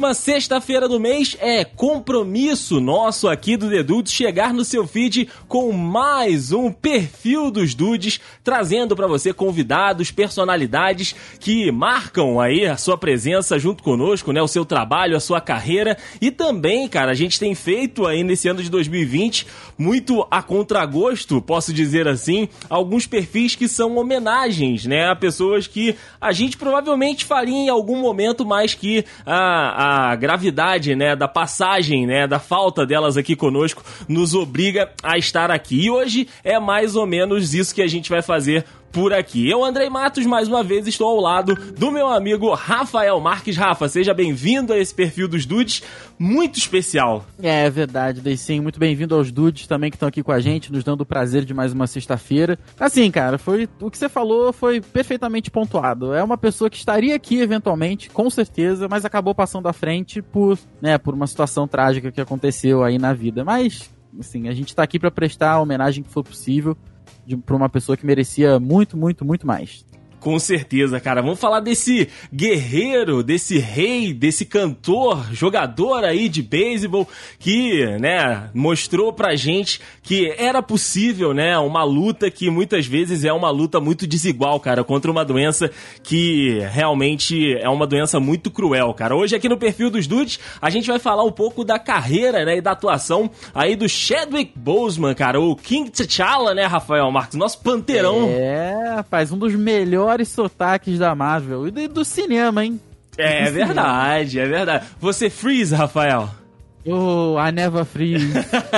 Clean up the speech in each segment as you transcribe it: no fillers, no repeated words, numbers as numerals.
última sexta-feira do mês é compromisso nosso aqui do The Dudes chegar no seu feed com mais um perfil dos Dudes, trazendo pra você convidados, personalidades que marcam aí a sua presença junto conosco, né? O seu trabalho, a sua carreira. E também, cara, a gente tem feito aí nesse ano de 2020, muito a contragosto, posso dizer assim, alguns perfis que são homenagens, né? A pessoas que a gente provavelmente faria em algum momento, mas que a gravidade, né, da passagem, né, da falta delas aqui conosco nos obriga a estar aqui. E hoje é mais ou menos isso que a gente vai fazer por aqui. Eu, Andrei Matos, mais uma vez estou ao lado do meu amigo Rafael Marques. Rafa, seja bem-vindo a esse perfil dos Dudes, muito especial. É verdade, Deicinho, muito bem-vindo aos Dudes também que estão aqui com a gente, nos dando o prazer de mais uma sexta-feira. Assim, cara, o que você falou foi perfeitamente pontuado. É uma pessoa que estaria aqui eventualmente, com certeza, mas acabou passando à frente por uma situação trágica que aconteceu aí na vida. Mas, assim, a gente tá aqui pra prestar a homenagem que for possível pra uma pessoa que merecia muito, muito, muito mais. Com certeza, cara. Vamos falar desse guerreiro, desse rei, desse cantor, jogador aí de beisebol que, né, mostrou pra gente que era possível, né, uma luta que muitas vezes é uma luta muito desigual, cara, contra uma doença que realmente é uma doença muito cruel, cara. Hoje aqui no perfil dos Dudes, a gente vai falar um pouco da carreira, né, e da atuação aí do Chadwick Boseman, cara, o King T'Challa, né, Rafael Marques, nosso panteirão. Rapaz, um dos melhores sotaques da Marvel e do cinema, hein? É verdade, é verdade. Você freeze, Rafael? Oh, I never freeze.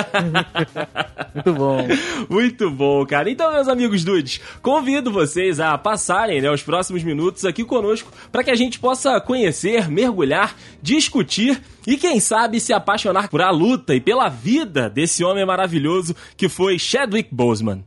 Muito bom. Muito bom, cara. Então, meus amigos Dudes, convido vocês a passarem, né, os próximos minutos aqui conosco para que a gente possa conhecer, mergulhar, discutir e, quem sabe, se apaixonar por a luta e pela vida desse homem maravilhoso que foi Chadwick Boseman.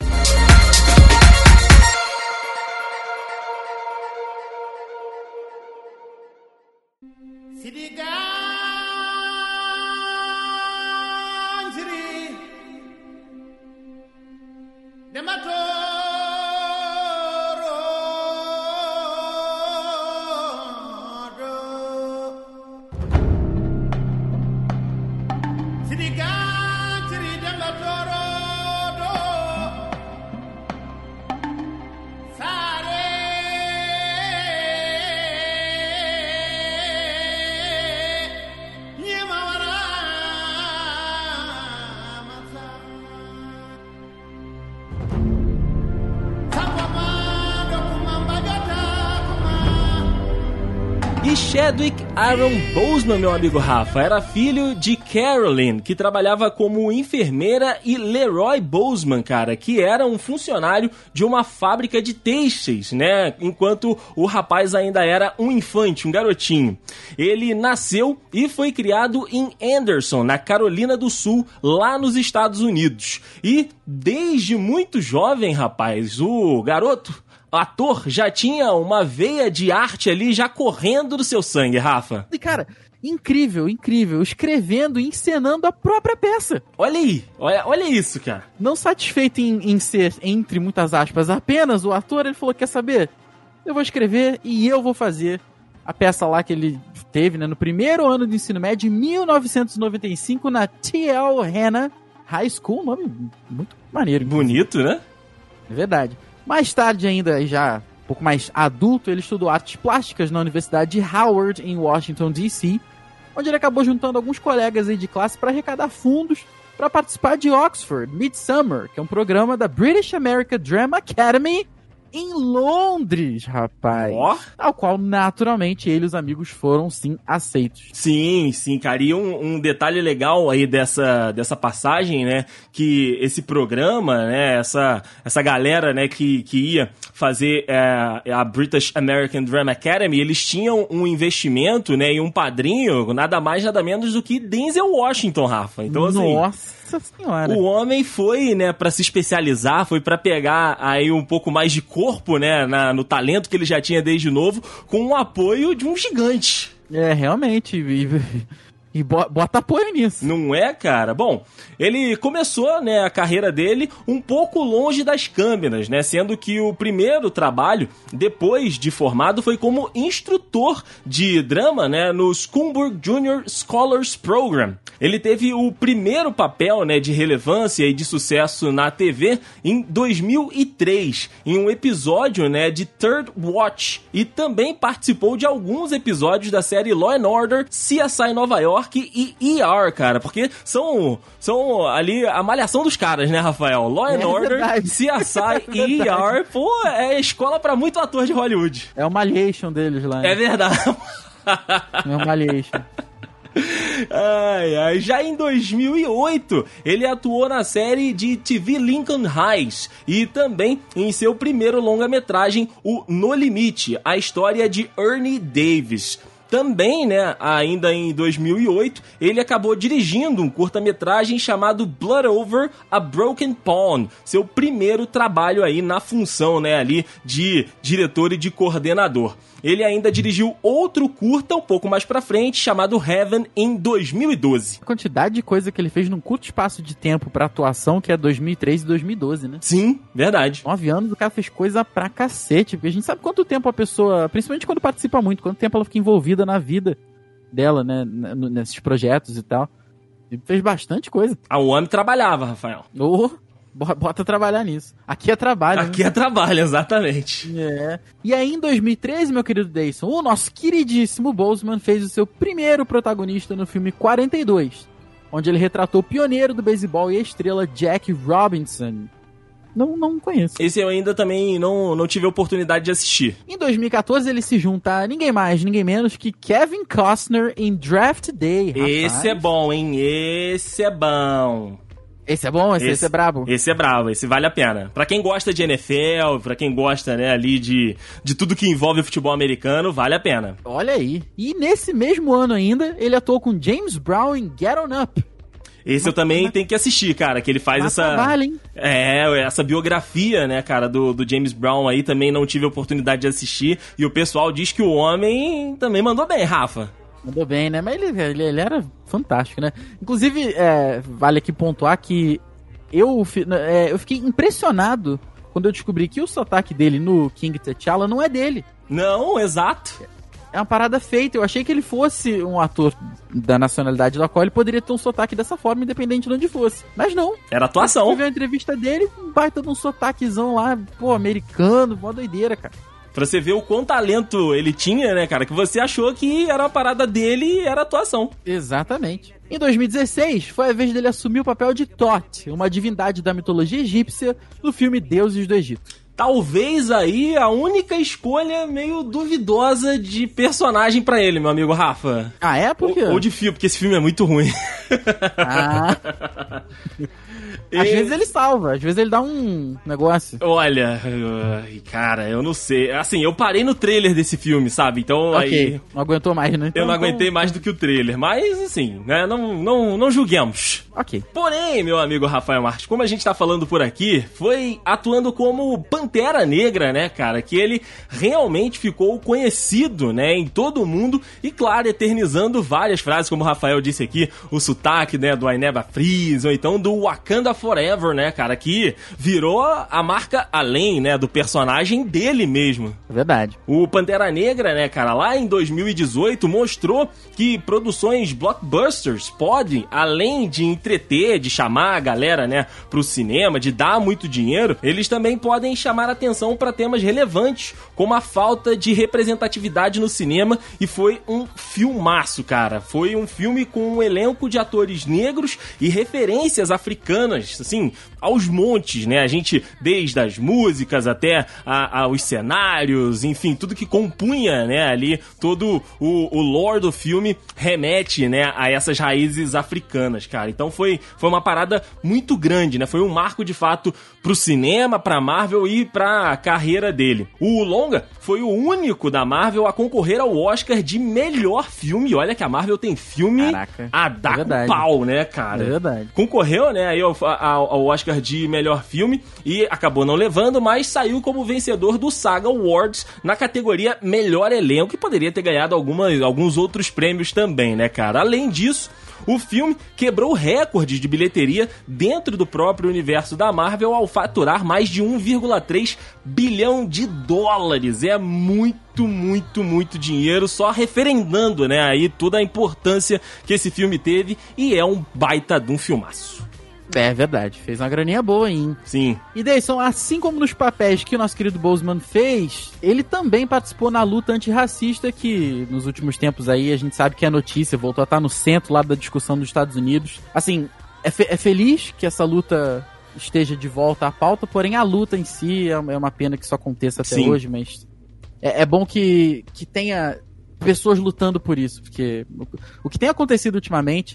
Chadwick Aaron Boseman, meu amigo Rafa, era filho de Carolyn, que trabalhava como enfermeira, e Leroy Boseman, cara, que era um funcionário de uma fábrica de têxteis, né? Enquanto o rapaz ainda era um infante, um garotinho. Ele nasceu e foi criado em Anderson, na Carolina do Sul, lá nos Estados Unidos. E desde muito jovem, rapaz, o ator já tinha uma veia de arte ali já correndo do seu sangue, Rafa. E, cara, incrível, escrevendo e encenando a própria peça. Olha aí, olha isso, cara. Não satisfeito em ser, entre muitas aspas, apenas o ator, ele falou, quer saber? Eu vou escrever e eu vou fazer a peça lá que ele teve, né, no primeiro ano de ensino médio, em 1995, na T.L. Hanna High School, nome muito maneiro. Bonito, né? É verdade. Mais tarde ainda, já um pouco mais adulto, ele estudou artes plásticas na Universidade de Howard, em Washington, D.C., onde ele acabou juntando alguns colegas aí de classe para arrecadar fundos para participar de Oxford Midsummer, que é um programa da British American Drama Academy em Londres, rapaz. Ao qual, naturalmente, ele e os amigos foram, sim, aceitos. Sim, cara. E um detalhe legal aí dessa passagem, né, que esse programa, né, essa galera, né, que ia fazer a British American Drama Academy, eles tinham um investimento, né, e um padrinho, nada mais, nada menos do que Denzel Washington, Rafa. Então, assim... Nossa senhora. O homem foi, né, pra se especializar, foi pra pegar aí um pouco mais de corpo, né, no talento que ele já tinha desde novo, com o apoio de um gigante. É, realmente. E bota apoio nisso. Não é, cara? Bom, ele começou, né, a carreira dele um pouco longe das câmeras, né? Sendo que o primeiro trabalho, depois de formado, foi como instrutor de drama, né, no Schoenberg Junior Scholars Program. Ele teve o primeiro papel, né, de relevância e de sucesso na TV em 2003, em um episódio, né, de Third Watch. E também participou de alguns episódios da série Law & Order, CSI Nova York e ER, cara, porque são ali a malhação dos caras, né, Rafael? Law & Order, verdade. CSI e ER, pô, é escola pra muito ator de Hollywood. É o Malhação deles lá. É verdade. É o Malhação. Já em 2008, ele atuou na série de TV Lincoln Heights e também em seu primeiro longa-metragem, o No Limite, a história de Ernie Davis. Também, né, ainda em 2008, ele acabou dirigindo um curta-metragem chamado Blood Over a Broken Pond, seu primeiro trabalho aí na função, né, ali de diretor e de coordenador. Ele ainda dirigiu outro curta um pouco mais pra frente, chamado Heaven, em 2012. A quantidade de coisa que ele fez num curto espaço de tempo pra atuação, que é 2003 e 2012, né? Sim, verdade. 9 anos o cara fez coisa pra cacete, porque a gente sabe quanto tempo a pessoa, principalmente quando participa muito, quanto tempo ela fica envolvida na vida dela, né, nesses projetos e tal. Ele fez bastante coisa. O homem trabalhava, Rafael. Bota trabalhar nisso. Aqui é trabalho. Aqui é trabalho, exatamente. É. E aí, em 2013, meu querido Deison, o nosso queridíssimo Boseman fez o seu primeiro protagonista no filme 42, onde ele retratou o pioneiro do beisebol e a estrela Jack Robinson. Não conheço. Esse eu ainda também não tive a oportunidade de assistir. Em 2014, ele se junta a ninguém mais, ninguém menos que Kevin Costner em Draft Day. Rapaz. Esse é bom, hein? Esse é bom. Esse é bom? Esse é brabo? Esse é brabo, esse vale a pena. Pra quem gosta de NFL, pra quem gosta, né, ali de tudo que envolve o futebol americano, vale a pena. Olha aí. E nesse mesmo ano ainda, ele atuou com James Brown em Get On Up. Esse eu também tenho que assistir, cara, que ele faz essa... Trabalho, hein? Essa biografia, né, cara, do James Brown aí, também não tive a oportunidade de assistir, e o pessoal diz que o homem também mandou bem, Rafa. Mandou bem, né? Mas ele era fantástico, né? Inclusive, vale aqui pontuar que eu fiquei impressionado quando eu descobri que o sotaque dele no King T'Challa não é dele. Não, exato. É uma parada feita. Eu achei que ele fosse um ator da nacionalidade da qual ele poderia ter um sotaque dessa forma, independente de onde fosse. Mas não. Era atuação. Eu vi a entrevista dele, um baita de um sotaquezão lá, pô, americano, mó doideira, cara. Pra você ver o quão talento ele tinha, né, cara? Que você achou que era uma parada dele e era atuação. Exatamente. Em 2016, foi a vez dele assumir o papel de Thoth, uma divindade da mitologia egípcia, no filme Deuses do Egito. Talvez aí a única escolha meio duvidosa de personagem pra ele, meu amigo Rafa. Ah, é? Por quê? Ou de filme, porque esse filme é muito ruim. Às vezes ele salva, às vezes ele dá um negócio. Olha, cara, eu não sei. Assim, eu parei no trailer desse filme, sabe? Então aí... Não aguentou mais, né? Eu não aguentei mais do que o trailer. Mas, assim, né? Não julguemos. Ok. Porém, meu amigo Rafael Marques, como a gente tá falando por aqui, foi atuando como Pantera Negra, né, cara? Que ele realmente ficou conhecido, né, em todo o mundo. E, claro, eternizando várias frases, como o Rafael disse aqui, o sotaque, né, do I Never Freeze, ou então do Wakanda Forever, né, cara? Que virou a marca além, né, do personagem dele mesmo. É verdade. O Pantera Negra, né, cara, lá em 2018 mostrou que produções blockbusters podem, além de entreter, de chamar a galera, né, pro cinema, de dar muito dinheiro, eles também podem chamar atenção para temas relevantes, como a falta de representatividade no cinema, e foi um filmaço, cara. Foi um filme com um elenco de atores negros e referências africanas, assim, aos montes, né? A gente, desde as músicas até os cenários, enfim, tudo que compunha, né, ali, todo o lore do filme remete, né, a essas raízes africanas, cara. Então foi uma parada muito grande, né? Foi um marco, de fato, pro cinema, pra Marvel e pra carreira dele. O longa foi o único da Marvel a concorrer ao Oscar de melhor filme. Olha que a Marvel tem filme a dar com pau, né, cara? É verdade. Concorreu, né, aí ao Oscar de melhor filme e acabou não levando, mas saiu como vencedor do Saga Awards na categoria melhor elenco, que poderia ter ganhado alguns outros prêmios também, né, cara? Além disso, o filme quebrou recordes de bilheteria dentro do próprio universo da Marvel ao faturar mais de 1,3 bilhão de dólares. É muito dinheiro, só referendando, né, aí toda a importância que esse filme teve, e é um baita de um filmaço. É verdade, fez uma graninha boa, hein? Sim. E Deison, assim como nos papéis que o nosso querido Boseman fez, ele também participou na luta antirracista que, nos últimos tempos aí, a gente sabe que é notícia, voltou a estar no centro lá da discussão dos Estados Unidos. Assim, é feliz que essa luta esteja de volta à pauta, porém a luta em si é uma pena que isso aconteça até Sim. hoje, mas é bom que tenha pessoas lutando por isso, porque o que tem acontecido ultimamente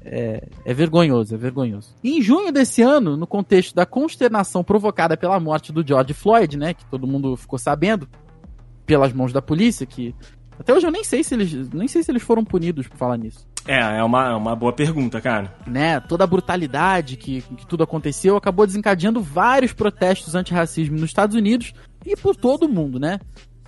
é vergonhoso, é vergonhoso. E em junho desse ano, no contexto da consternação provocada pela morte do George Floyd, né, que todo mundo ficou sabendo, pelas mãos da polícia, que até hoje eu nem sei se eles foram punidos por falar nisso. É uma boa pergunta, cara. Né, toda a brutalidade que tudo aconteceu acabou desencadeando vários protestos antirracismo nos Estados Unidos e por todo o mundo, né?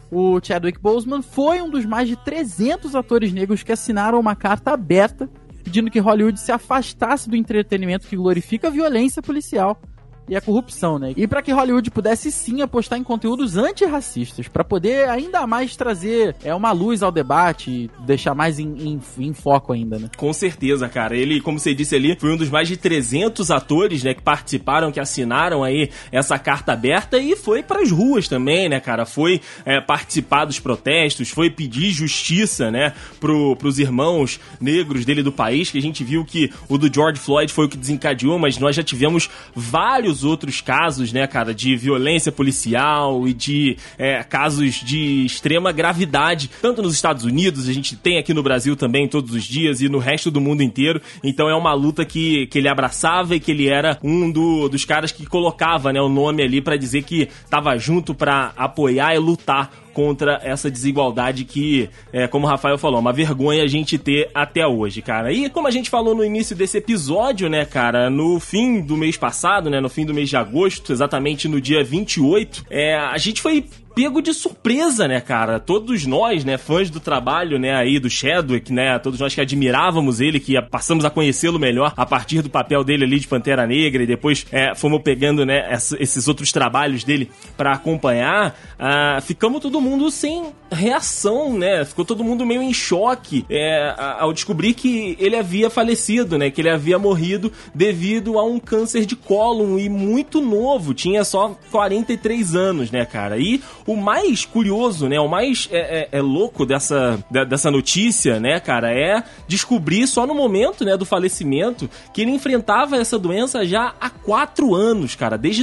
O Chadwick Boseman foi um dos mais de 300 atores negros que assinaram uma carta aberta pedindo que Hollywood se afastasse do entretenimento que glorifica a violência policial e a corrupção, né? E para que Hollywood pudesse sim apostar em conteúdos antirracistas, para poder ainda mais trazer uma luz ao debate e deixar mais em foco ainda, né? Com certeza, cara. Ele, como você disse ali, foi um dos mais de 300 atores, né, que participaram, que assinaram aí essa carta aberta e foi pras ruas também, né, cara? Foi participar dos protestos, foi pedir justiça, né, pros irmãos negros dele do país, que a gente viu que o do George Floyd foi o que desencadeou, mas nós já tivemos vários outros casos, né, cara, de violência policial e de casos de extrema gravidade, tanto nos Estados Unidos, a gente tem aqui no Brasil também todos os dias e no resto do mundo inteiro. Então é uma luta que ele abraçava e que ele era um dos caras que colocava, né, o nome ali pra dizer que tava junto pra apoiar e lutar contra essa desigualdade que, como o Rafael falou, é uma vergonha a gente ter até hoje, cara. E como a gente falou no início desse episódio, né, cara, no fim do mês passado, né, no fim do mês de agosto, exatamente no dia 28, a gente foi pego de surpresa, né, cara? Todos nós, né, fãs do trabalho, né, aí do Chadwick, né, todos nós que admirávamos ele, que passamos a conhecê-lo melhor a partir do papel dele ali de Pantera Negra e depois fomos pegando, né, esses outros trabalhos dele pra acompanhar, ficamos todo mundo sem reação, né? Ficou todo mundo meio em choque ao descobrir que ele havia falecido, né? Que ele havia morrido devido a um câncer de cólon e muito novo, tinha só 43 anos, né, cara? E o mais curioso, né, o mais louco dessa notícia, né, cara, é descobrir só no momento, né, do falecimento que ele enfrentava essa doença já há 4 anos, cara, desde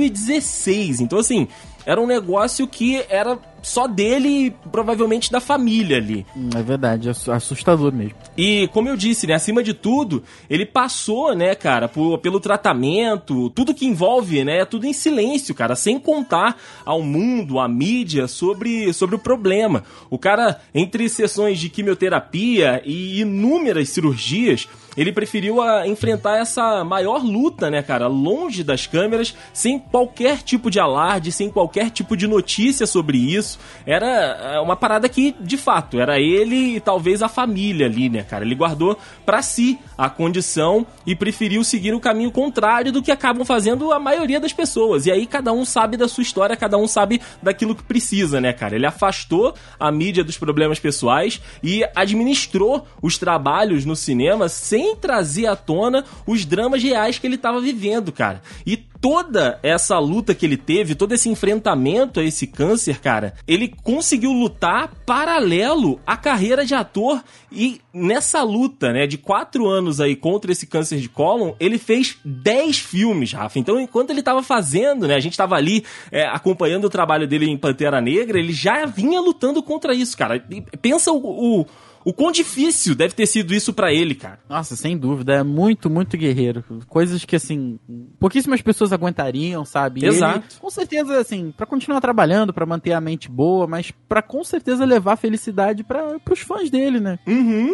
2016. Então, assim, era um negócio que era só dele e provavelmente da família ali. É verdade, é assustador mesmo. E como eu disse, né, acima de tudo, ele passou, né, cara, pelo tratamento, tudo que envolve, né, tudo em silêncio, cara, sem contar ao mundo, à mídia sobre o problema. O cara, entre sessões de quimioterapia e inúmeras cirurgias, ele preferiu enfrentar essa maior luta, né, cara, longe das câmeras, sem qualquer tipo de alarde, sem qualquer tipo de notícia sobre isso. Era uma parada que, de fato, era ele e talvez a família ali, né, cara? Ele guardou pra si a condição e preferiu seguir o caminho contrário do que acabam fazendo a maioria das pessoas. E aí cada um sabe da sua história, cada um sabe daquilo que precisa, né, cara? Ele afastou a mídia dos problemas pessoais e administrou os trabalhos no cinema sem trazer à tona os dramas reais que ele estava vivendo, cara. E toda essa luta que ele teve, todo esse enfrentamento a esse câncer, cara, ele conseguiu lutar paralelo à carreira de ator e nessa luta, né, de 4 anos aí contra esse câncer de cólon, ele fez 10 filmes, Rafa. Então, enquanto ele tava fazendo, né, a gente tava ali acompanhando o trabalho dele em Pantera Negra, ele já vinha lutando contra isso, cara. E pensa o quão difícil deve ter sido isso pra ele, cara. Nossa, sem dúvida, é muito, muito guerreiro. Coisas que, assim, pouquíssimas pessoas aguentariam, sabe? E exato. Ele, com certeza, assim, pra continuar trabalhando, pra manter a mente boa, mas pra com certeza levar felicidade pros fãs dele, né? Uhum.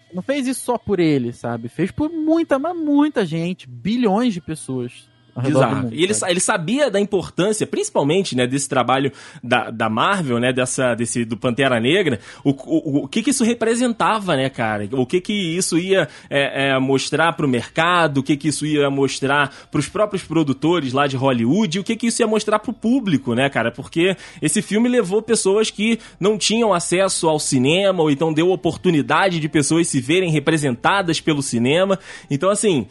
não fez isso só por ele, sabe? Fez por muita gente, bilhões de pessoas. Bizarro. E ele sabia da importância, principalmente, né, desse trabalho da Marvel, né, do Pantera Negra, o que isso representava, né, cara? O que isso ia mostrar pro mercado, o que isso ia mostrar pros próprios produtores lá de Hollywood, e o que isso ia mostrar pro público, né, cara? Porque esse filme levou pessoas que não tinham acesso ao cinema, ou então deu oportunidade de pessoas se verem representadas pelo cinema. Então, assim,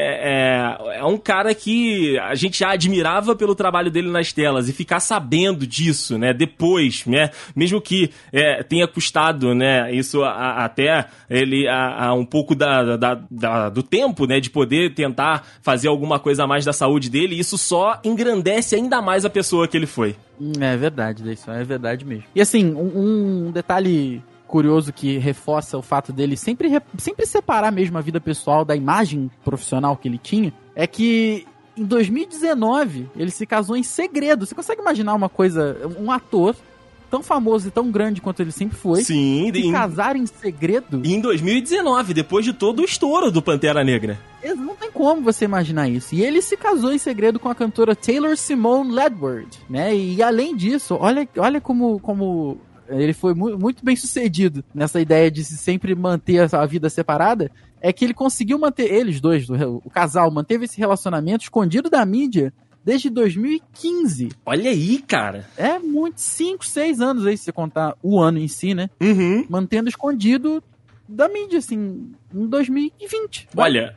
é um cara que a gente já admirava pelo trabalho dele nas telas, e ficar sabendo disso, né, depois, né, mesmo que tenha custado, né, isso até ele um pouco do tempo, né, de poder tentar fazer alguma coisa a mais da saúde dele, isso só engrandece ainda mais a pessoa que ele foi. É verdade, isso é verdade mesmo. E assim, um detalhe curioso que reforça o fato dele sempre separar mesmo a vida pessoal da imagem profissional que ele tinha, é que em 2019, ele se casou em segredo. Você consegue imaginar um ator tão famoso e tão grande quanto ele sempre foi, sim, se casar em segredo? Em 2019, depois de todo o estouro do Pantera Negra. Não tem como você imaginar isso. E ele se casou em segredo com a cantora Taylor Simone Ledward, né? E além disso, olha como ele foi muito bem sucedido nessa ideia de se sempre manter a vida separada. É que ele conseguiu manter, eles dois, o casal, manteve esse relacionamento escondido da mídia desde 2015. Olha aí, cara. É muito, 5, 6 anos aí, se você contar o ano em si, né? Uhum. Mantendo escondido da mídia, assim, em 2020. Olha,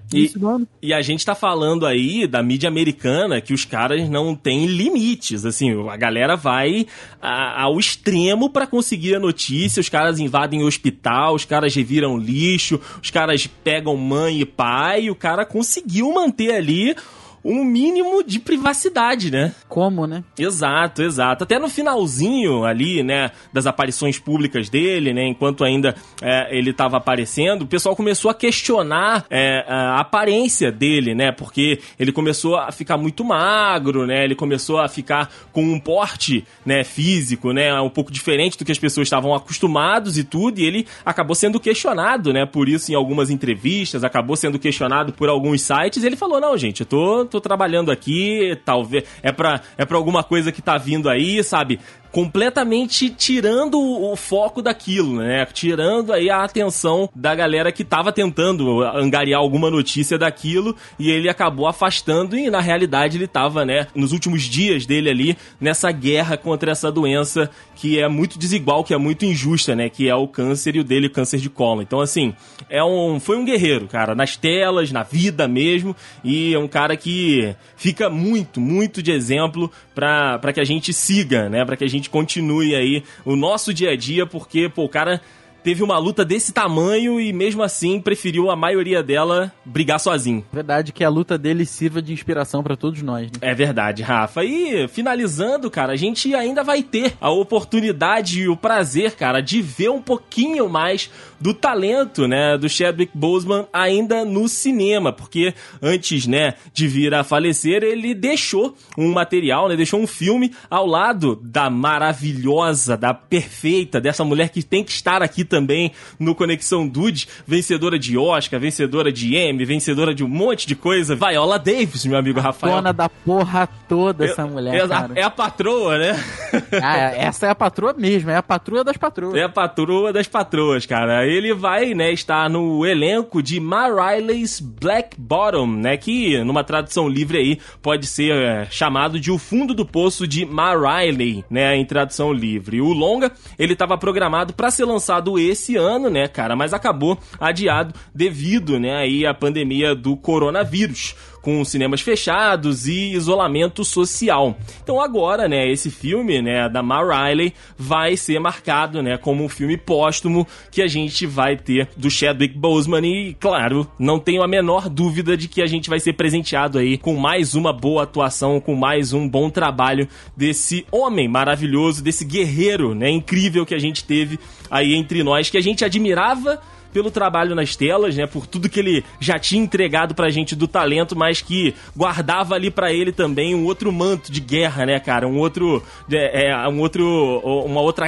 e a gente tá falando aí da mídia americana, que os caras não têm limites, assim, a galera vai ao extremo pra conseguir a notícia, os caras invadem o hospital, os caras reviram lixo, os caras pegam mãe e pai, e o cara conseguiu manter ali um mínimo de privacidade, né? Como, né? Exato. Até no finalzinho ali, né, das aparições públicas dele, né, enquanto ainda ele tava aparecendo, o pessoal começou a questionar a aparência dele, né, porque ele começou a ficar muito magro, né, ele começou a ficar com um porte, né, físico, né, um pouco diferente do que as pessoas estavam acostumados e tudo, e ele acabou sendo questionado, né, por isso em algumas entrevistas, acabou sendo questionado por alguns sites, e ele falou, não, gente, eu tô trabalhando aqui, talvez é pra alguma coisa que tá vindo aí, sabe? Completamente tirando o foco daquilo, né? Tirando aí a atenção da galera que tava tentando angariar alguma notícia daquilo, e ele acabou afastando, e na realidade ele tava, né, nos últimos dias dele ali, nessa guerra contra essa doença que é muito desigual, que é muito injusta, né? Que é o câncer, e o dele, o câncer de cólon. Então, assim, foi um guerreiro, cara, nas telas, na vida mesmo, e é um cara que fica muito de exemplo pra que a gente siga, né? Pra que a gente continue aí o nosso dia a dia, porque, pô, o cara teve uma luta desse tamanho e mesmo assim preferiu a maioria dela brigar sozinho. Verdade que a luta dele sirva de inspiração pra todos nós, né? É verdade, Rafa. E finalizando, cara, a gente ainda vai ter a oportunidade e o prazer, cara, de ver um pouquinho mais do talento, né, do Chadwick Boseman ainda no cinema, porque antes, né, de vir a falecer, ele deixou um material, né, deixou um filme ao lado da maravilhosa, da perfeita, dessa mulher que tem que estar aqui também no Conexão Dude, vencedora de Oscar, vencedora de Emmy, vencedora de um monte de coisa, Viola Davis, meu amigo Rafael. Dona da porra toda essa mulher, cara. É a patroa, né? Essa é a patroa mesmo, é a patroa das patroas. É a patroa das patroas, cara. Ele vai, né, estar no elenco de Ma Rainey's Black Bottom, né, que numa tradução livre aí pode ser chamado de O Fundo do Poço de Ma Rainey, né, em tradução livre. O longa, ele estava programado para ser lançado esse ano, né, cara, mas acabou adiado devido, né, aí à pandemia do coronavírus, com cinemas fechados e isolamento social. Então agora, né, esse filme, né, da Ma Rainey vai ser marcado, né, como um filme póstumo que a gente vai ter do Chadwick Boseman e, claro, não tenho a menor dúvida de que a gente vai ser presenteado aí com mais uma boa atuação, com mais um bom trabalho desse homem maravilhoso, desse guerreiro, né, incrível que a gente teve aí entre nós, que a gente admirava pelo trabalho nas telas, né, por tudo que ele já tinha entregado pra gente do talento, mas que guardava ali pra ele também um outro manto de guerra, né, cara, uma outra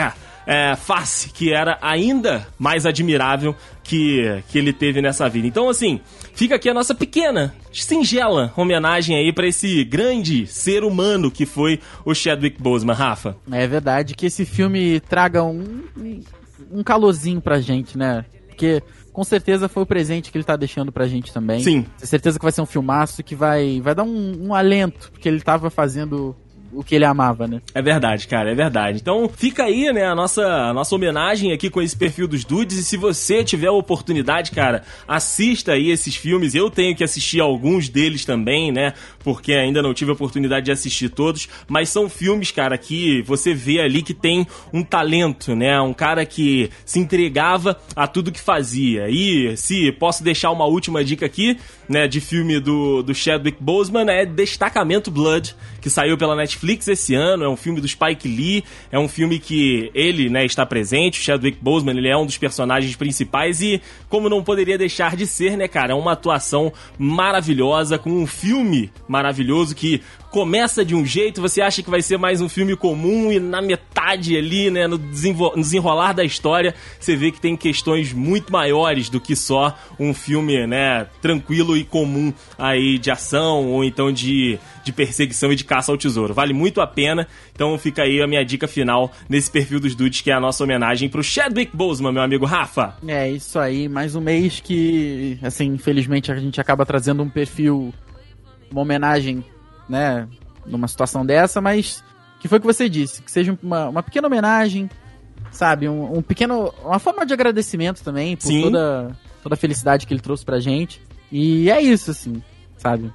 face que era ainda mais admirável que ele teve nessa vida. Então, assim, fica aqui a nossa pequena, singela homenagem aí pra esse grande ser humano que foi o Chadwick Boseman, Rafa. É verdade que esse filme traga um calorzinho pra gente, né? Porque com certeza foi o presente que ele tá deixando pra gente também. Sim. Tenho certeza que vai ser um filmaço que vai dar um alento, porque ele tava fazendo o que ele amava, né? É verdade, cara, é verdade. Então fica aí, né, a nossa homenagem aqui com esse perfil dos dudes, e se você tiver a oportunidade, cara, assista aí esses filmes. Eu tenho que assistir alguns deles também, né, porque ainda não tive a oportunidade de assistir todos, mas são filmes, cara, que você vê ali que tem um talento, né, um cara que se entregava a tudo que fazia. E se posso deixar uma última dica aqui, né, de filme do Chadwick Boseman, é Destacamento Blood, que saiu pela Netflix esse ano. É um filme do Spike Lee, é um filme que ele, né, está presente. O Chadwick Boseman, ele é um dos personagens principais e, como não poderia deixar de ser, né, cara, é uma atuação maravilhosa, com um filme maravilhoso que começa de um jeito, você acha que vai ser mais um filme comum, e na metade ali, né, no desenrolar da história, você vê que tem questões muito maiores do que só um filme, né, tranquilo e comum aí de ação, ou então de perseguição e de caça ao tesouro. Vale muito a pena, então fica aí a minha dica final nesse perfil dos dudes, que é a nossa homenagem pro Chadwick Boseman, meu amigo Rafa. É isso aí, mais um mês que, assim, infelizmente a gente acaba trazendo um perfil, uma homenagem, né, numa situação dessa, mas que foi o que você disse, que seja uma pequena homenagem, sabe, uma forma de agradecimento também por toda a felicidade que ele trouxe pra gente. E é isso, assim, sabe,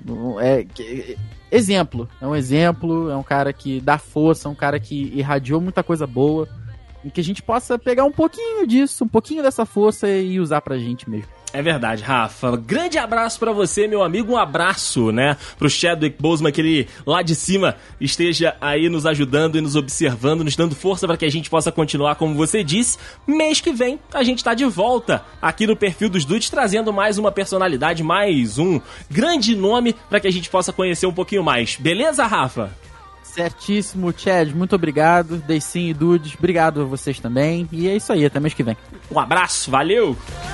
exemplo, é um cara que dá força, é um cara que irradiou muita coisa boa, e que a gente possa pegar um pouquinho disso, um pouquinho dessa força e usar pra gente mesmo. É verdade, Rafa. Grande abraço pra você, meu amigo. Um abraço, né, pro Chadwick Boseman, que ele lá de cima esteja aí nos ajudando e nos observando, nos dando força pra que a gente possa continuar, como você disse. Mês que vem a gente tá de volta aqui no perfil dos dudes, trazendo mais uma personalidade, mais um grande nome pra que a gente possa conhecer um pouquinho mais. Beleza, Rafa? Certíssimo, Chad, muito obrigado. Deicinho e dudes, obrigado a vocês também. E é isso aí, até mês que vem. Um abraço, valeu!